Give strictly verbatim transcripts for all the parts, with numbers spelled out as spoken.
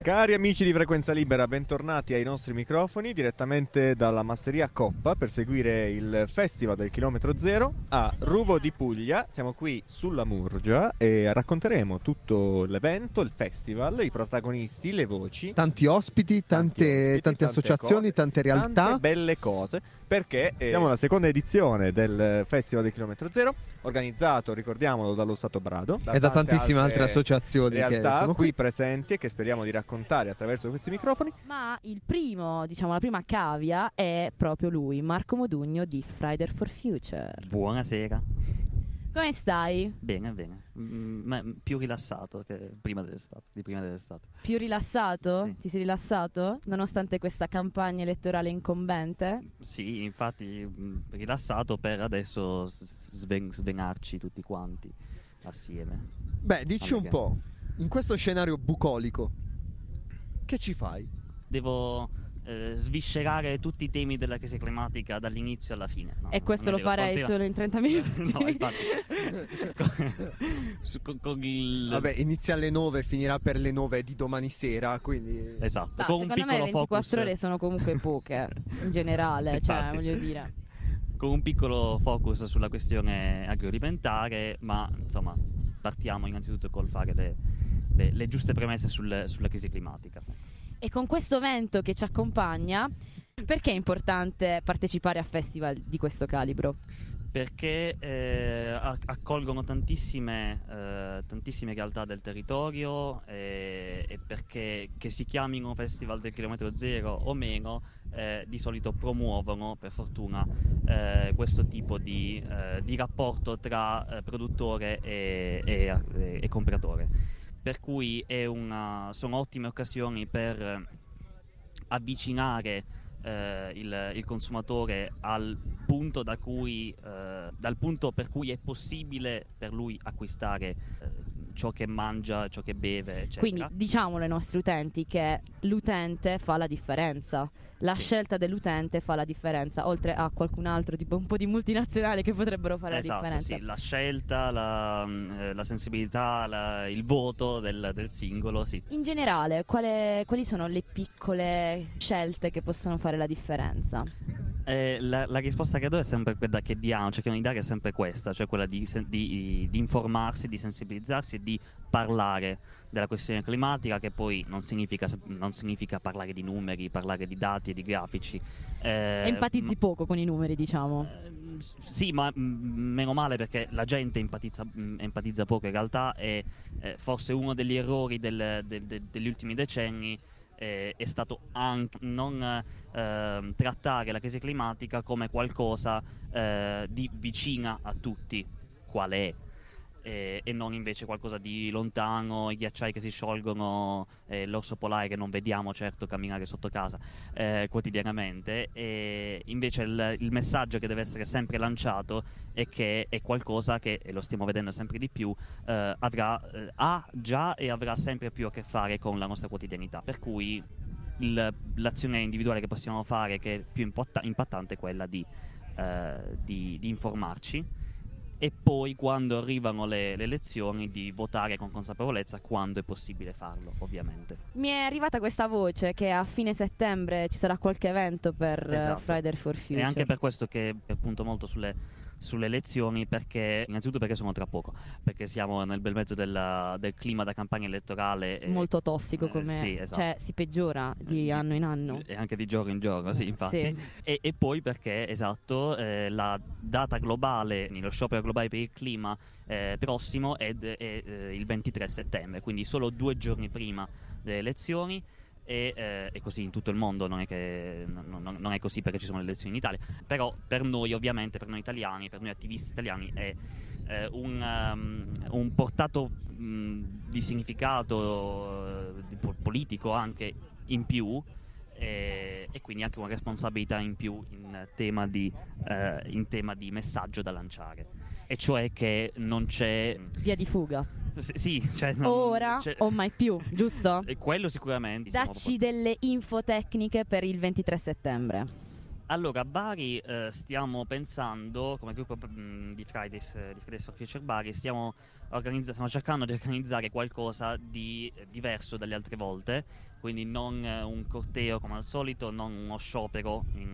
Cari amici di Frequenza Libera, bentornati ai nostri microfoni direttamente dalla Masseria Coppa per seguire il Festival del Chilometro Zero a Ruvo di Puglia. Siamo qui sulla Murgia e racconteremo tutto l'evento, il festival, i protagonisti, le voci, tanti ospiti, tante, tanti ospiti, tante associazioni, cose, tante realtà, tante belle cose, perché eh, siamo alla seconda edizione del Festival del Chilometro Zero, organizzato, ricordiamolo, dallo Stato Brado e da tantissime altre, altre associazioni realtà che sono qui qui presenti e che speriamo di raccontare attraverso questi microfoni. Ma il primo, diciamo la prima cavia è proprio lui, Marco Modugno di Friday for Future. Buonasera. Come stai? Bene, bene. Mm, ma più rilassato che prima dell'estate, di prima dell'estate. Più rilassato? Sì. Ti sei rilassato? Nonostante questa campagna elettorale incombente? Sì, infatti mh, rilassato per adesso sven- svenarci tutti quanti assieme. Beh, dici Allora, un po', in questo scenario bucolico, che ci fai? Devo eh, sviscerare tutti i temi della crisi climatica dall'inizio alla fine. No, E questo non lo è vero, farei continua- solo in trenta minuti. No, infatti. con, su- con- con il... Vabbè, inizia alle nove e finirà per le nove di domani sera, quindi... Esatto, Ma con un secondo me piccolo ventiquattro focus. ore sono comunque poche, in generale, cioè Infatti. voglio dire. Con un piccolo focus sulla questione agroalimentare, ma insomma partiamo innanzitutto col fare le, le, le giuste premesse sul, sulla crisi climatica. E con questo vento che ci accompagna, perché è importante partecipare a festival di questo calibro? Perché eh, acc- accolgono tantissime, eh, tantissime realtà del territorio e, e perché che si chiamino Festival del Chilometro Zero o meno, eh, di solito promuovono, per fortuna, eh, questo tipo di, eh, di rapporto tra eh, produttore e, e, e, e compratore. Per cui è una, sono ottime occasioni per avvicinare eh, il, il consumatore al punto da cui, eh, dal punto per cui è possibile per lui acquistare eh, ciò che mangia, ciò che beve, eccetera. Quindi diciamolo ai nostri utenti che l'utente fa la differenza. La Sì. scelta dell'utente fa la differenza, oltre a qualcun altro, tipo un po' di multinazionali che potrebbero fare Esatto, la differenza. sì, la scelta, la, eh, la sensibilità, la- il voto del, del singolo, sì. In generale, quale- quali sono le piccole scelte che possono fare la differenza? Eh, la, la risposta che do è sempre quella che diamo, cerchiamo di dare è sempre questa, cioè quella di, sen- di- di informarsi, di sensibilizzarsi e di parlare della questione climatica, che poi non significa, sem- non significa parlare di numeri, parlare di dati e di grafici. Eh, Empatizzi ma- poco con i numeri, diciamo. Ehm, s- Sì, ma mm, meno male, perché la gente empatizza, mm, empatizza poco in realtà, e eh, forse uno degli errori del- del- del- degli ultimi decenni eh, è stato anche non ehm, trattare la crisi climatica come qualcosa eh, di vicina a tutti, quale è, e, e non invece qualcosa di lontano, i ghiacciai che si sciolgono, eh, l'orso polare che non vediamo certo camminare sotto casa eh, quotidianamente. E invece il, il messaggio che deve essere sempre lanciato è che è qualcosa che, e lo stiamo vedendo sempre di più, eh, avrà, eh, ha già e avrà sempre più a che fare con la nostra quotidianità, per cui il- l'azione individuale che possiamo fare, che è più impatta- impattante, è quella di, eh, di, di informarci, e poi quando arrivano le, le elezioni di votare con consapevolezza, quando è possibile farlo, ovviamente. Mi è arrivata questa voce che a fine settembre ci sarà qualche evento per eh, Esatto. Friday for Future. E anche per questo che punto molto sulle, sulle elezioni, perché innanzitutto perché sono tra poco, perché siamo nel bel mezzo della- del clima da campagna elettorale e- Molto tossico eh, come, sì, esatto. cioè si peggiora di Di- anno in anno. e anche di giorno in giorno, sì, infatti. Sì. E, e poi perché, esatto, eh, la data globale, lo sciopero globale per il clima eh, prossimo è, d- è, eh, il ventitré settembre, quindi solo due giorni prima delle elezioni. E, eh, e così in tutto il mondo, non è che non, non- non è così perché ci sono le elezioni in Italia, però per noi, ovviamente, per noi italiani, per noi attivisti italiani, è eh, un, um, un portato mh, di significato eh, di po- politico anche in più, e, e quindi anche una responsabilità in più in tema di, eh, in tema di messaggio da lanciare, e cioè che non c'è Via di fuga. S- sì, cioè non- Ora c'è- o mai più, giusto? e quello sicuramente. siamo Dacci proprio- delle info tecniche per il ventitré settembre. Allora, a Bari eh, stiamo pensando, come gruppo mh, di, Fridays, eh, di Fridays for Future Bari, stiamo, organizza- stiamo cercando di organizzare qualcosa di eh, diverso dalle altre volte, quindi non eh, un corteo come al solito, non uno sciopero. In,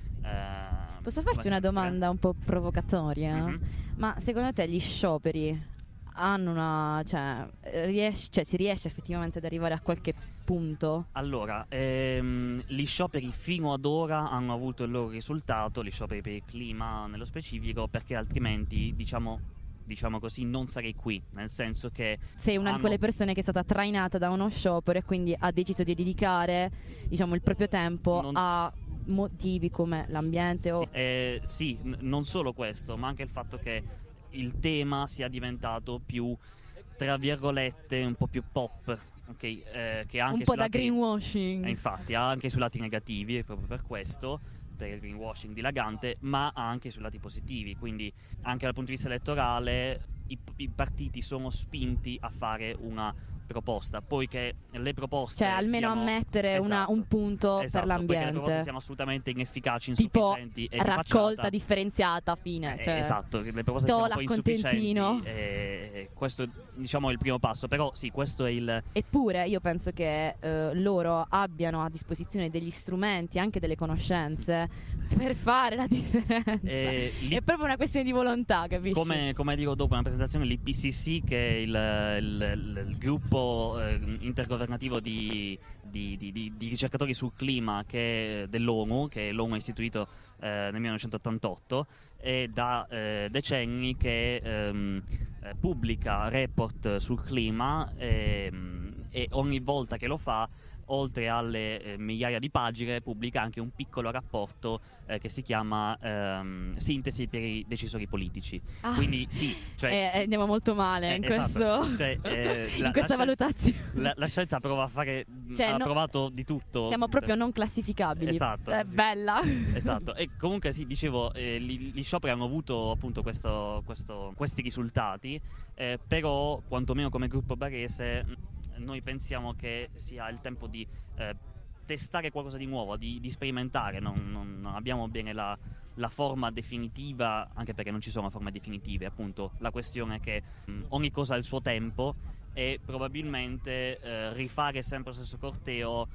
eh, Posso come farti una sempre. domanda un po' provocatoria? Mhm. Ma secondo te gli scioperi hanno una... cioè, riesce, cioè si riesce effettivamente ad arrivare a qualche punto? Allora, ehm, gli scioperi fino ad ora hanno avuto il loro risultato, gli scioperi per il clima nello specifico, perché altrimenti, diciamo, diciamo così, non sarei qui, nel senso che Sei una hanno- di quelle persone che è stata trainata da uno sciopero e quindi ha deciso di dedicare, diciamo, il proprio tempo Non- a motivi come l'ambiente o... Sì, eh, sì, n- non solo questo, ma anche il fatto che il tema sia diventato più, tra virgolette, un po' più pop, ok? Eh, che ha anche un po' sui da lati- greenwashing. eh, infatti, ha anche sui lati negativi, proprio per questo, per il greenwashing dilagante, ma ha anche sui lati positivi. Quindi, anche dal punto di vista elettorale, i, i partiti sono spinti a fare una proposta, poiché le proposte Cioè, almeno siano- ammettere una- Esatto, un punto esatto, per poiché le proposte l'ambiente. siano assolutamente inefficaci, Tipo insufficienti e di raccolta facciata. differenziata, fine. Eh, Cioè, esatto, le proposte do sono un po' l'accontentino. insufficienti e, e questo diciamo è il primo passo, però sì, questo è il Eppure io penso che eh, loro abbiano a disposizione degli strumenti, anche delle conoscenze, per fare la differenza. eh, l'I- È proprio una questione di volontà, capisci? come, come dico dopo una presentazione, l'I P C C, che è il, il- il- il gruppo eh, intergovernativo di, di- di- di- di ricercatori sul clima che, dell'ONU, che l'ONU ha istituito eh, nel millenovecentottantotto, e da eh, decenni che ehm, eh, pubblica report sul clima, ehm, e ogni volta che lo fa, oltre alle eh, migliaia di pagine, pubblica anche un piccolo rapporto eh, che si chiama ehm, Sintesi per i decisori politici. Ah, Quindi sì, cioè eh, andiamo molto male eh, in, esatto. questo, Cioè, eh, la- in questa la scienza- valutazione. La, la scienza prova a fare, Cioè, ha no- provato di tutto. Siamo proprio non classificabili. Esatto, È sì. bella. Esatto, e comunque sì, dicevo, eh, gli, gli scioperi hanno avuto appunto questo, questo- questi risultati, eh, però quantomeno come gruppo barese mh, noi pensiamo che sia il tempo di eh, testare qualcosa di nuovo, di, di sperimentare. Non, non- non abbiamo bene la, la forma definitiva, anche perché non ci sono forme definitive, appunto. La questione è che mh, ogni cosa ha il suo tempo e probabilmente eh, rifare sempre lo stesso corteo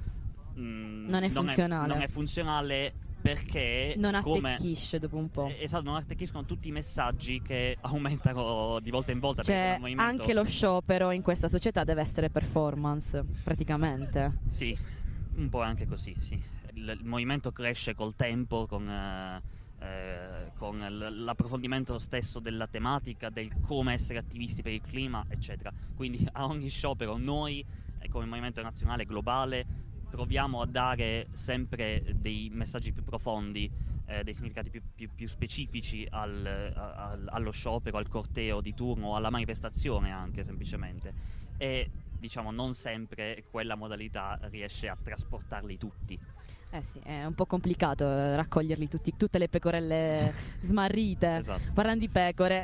mh, Non è funzionale. non è funzionale perché Non come attecchisce dopo un po'. eh, esatto, non attecchiscono tutti i messaggi che aumentano di volta in volta, perché Cioè, il movimento- anche lo sciopero in questa società deve essere performance, praticamente. Sì, un po' anche così, sì. Il, il movimento cresce col tempo, con, eh, eh, con l- l'approfondimento stesso della tematica, del come essere attivisti per il clima, eccetera. Quindi a ogni sciopero noi, eh, come movimento nazionale globale, proviamo a dare sempre dei messaggi più profondi, eh, dei significati più, più- più specifici al- al- allo sciopero, al corteo di turno, alla manifestazione anche semplicemente. E diciamo non sempre quella modalità riesce a trasportarli tutti. Eh sì, è un po' complicato eh, raccoglierli tutti, tutte le pecorelle smarrite. Esatto. Parlando di pecore.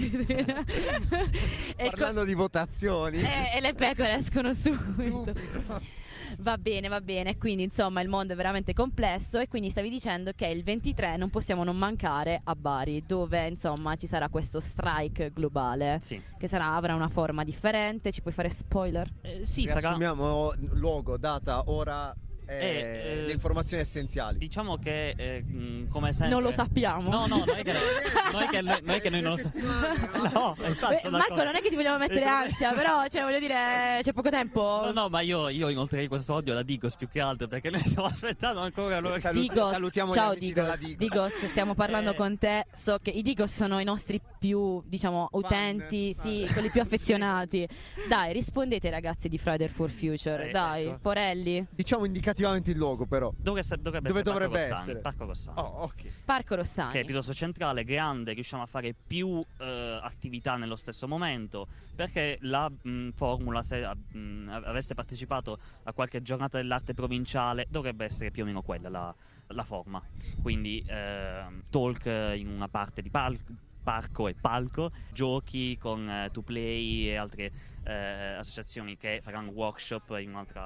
E co- Parlando di votazioni. e, e le pecore escono subito. Subito. Va bene, va bene. Quindi, insomma, il mondo è veramente complesso. E quindi stavi dicendo che il ventitré non possiamo non mancare a Bari, dove insomma ci sarà questo strike globale. Sì, Che sarà, avrà una forma differente. Ci puoi fare spoiler? Eh, sì sarà, Riassumiamo luogo, data, ora e Eh, eh, le informazioni essenziali. diciamo che eh, mh, come sempre Non lo sappiamo. No, no, non è che non è che noi, non è che noi non lo sappiamo. No, infatti Beh, sono Marco, d'accordo. non è che ti vogliamo mettere Il problema- ansia, però, cioè, voglio dire, c'è poco tempo. No, no, ma io, io inoltrerei questo odio alla Digos più che altro, perché noi stiamo aspettando ancora loro. Salut- Digos, salutiamo gli ciao amici della Digos. Digos. Digos, stiamo parlando Eh. con te. So che i Digos sono i nostri più, diciamo, utenti, Fan. sì, quelli più affezionati. Dai, rispondete ai ragazzi di Friday for Future. Eh, Dai, ecco. Porelli. Diciamo indicativamente il luogo, però. Dove, sa- dovrebbe Dove essere dovrebbe Parco Rossani, essere? Parco Rossani. Oh, ok. Parco Rossani. Che è piuttosto centrale, grande, riusciamo a fare più eh, attività nello stesso momento, perché la mh, formula, se mh, avesse partecipato a qualche giornata dell'arte provinciale, dovrebbe essere più o meno quella la, la forma. Quindi eh, talk in una parte di pal- parco e palco, giochi con eh, To Play e altre eh, associazioni che faranno workshop in un'altra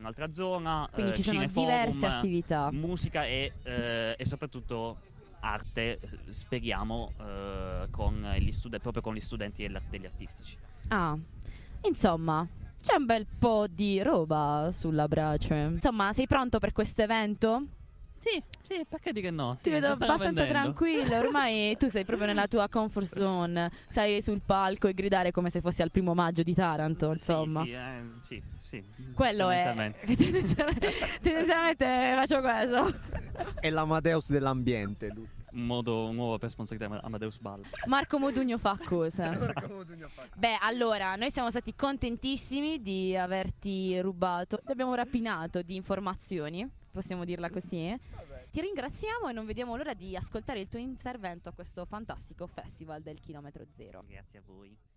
un'altra zona, Quindi eh, ci sono cineforum, diverse attività. musica e, eh, e soprattutto arte, eh, speriamo, eh, con gli stud- proprio con gli studenti degli, degli artistici. Ah, insomma, c'è un bel po' di roba sulla brace. Insomma, sei pronto per questo evento? Sì, sì, perché dire no? Ti Sì, vedo si stanno abbastanza vendendo. tranquillo, ormai tu sei proprio nella tua comfort zone, stai sul palco e gridare come se fossi al primo maggio di Taranto, insomma. Sì, sì, eh, sì, sì, Quello è tendenzialmente. tendenzialmente, tendenzialmente faccio questo. È l'Amadeus dell'ambiente, lui. Un modo nuovo per sponsorizzare Amadeus Ball. Marco Modugno fa cosa? Beh, allora, noi siamo stati contentissimi di averti rubato, ti abbiamo rapinato di informazioni, possiamo dirla così. Ti ringraziamo e non vediamo l'ora di ascoltare il tuo intervento a questo fantastico festival del chilometro zero. Grazie a voi.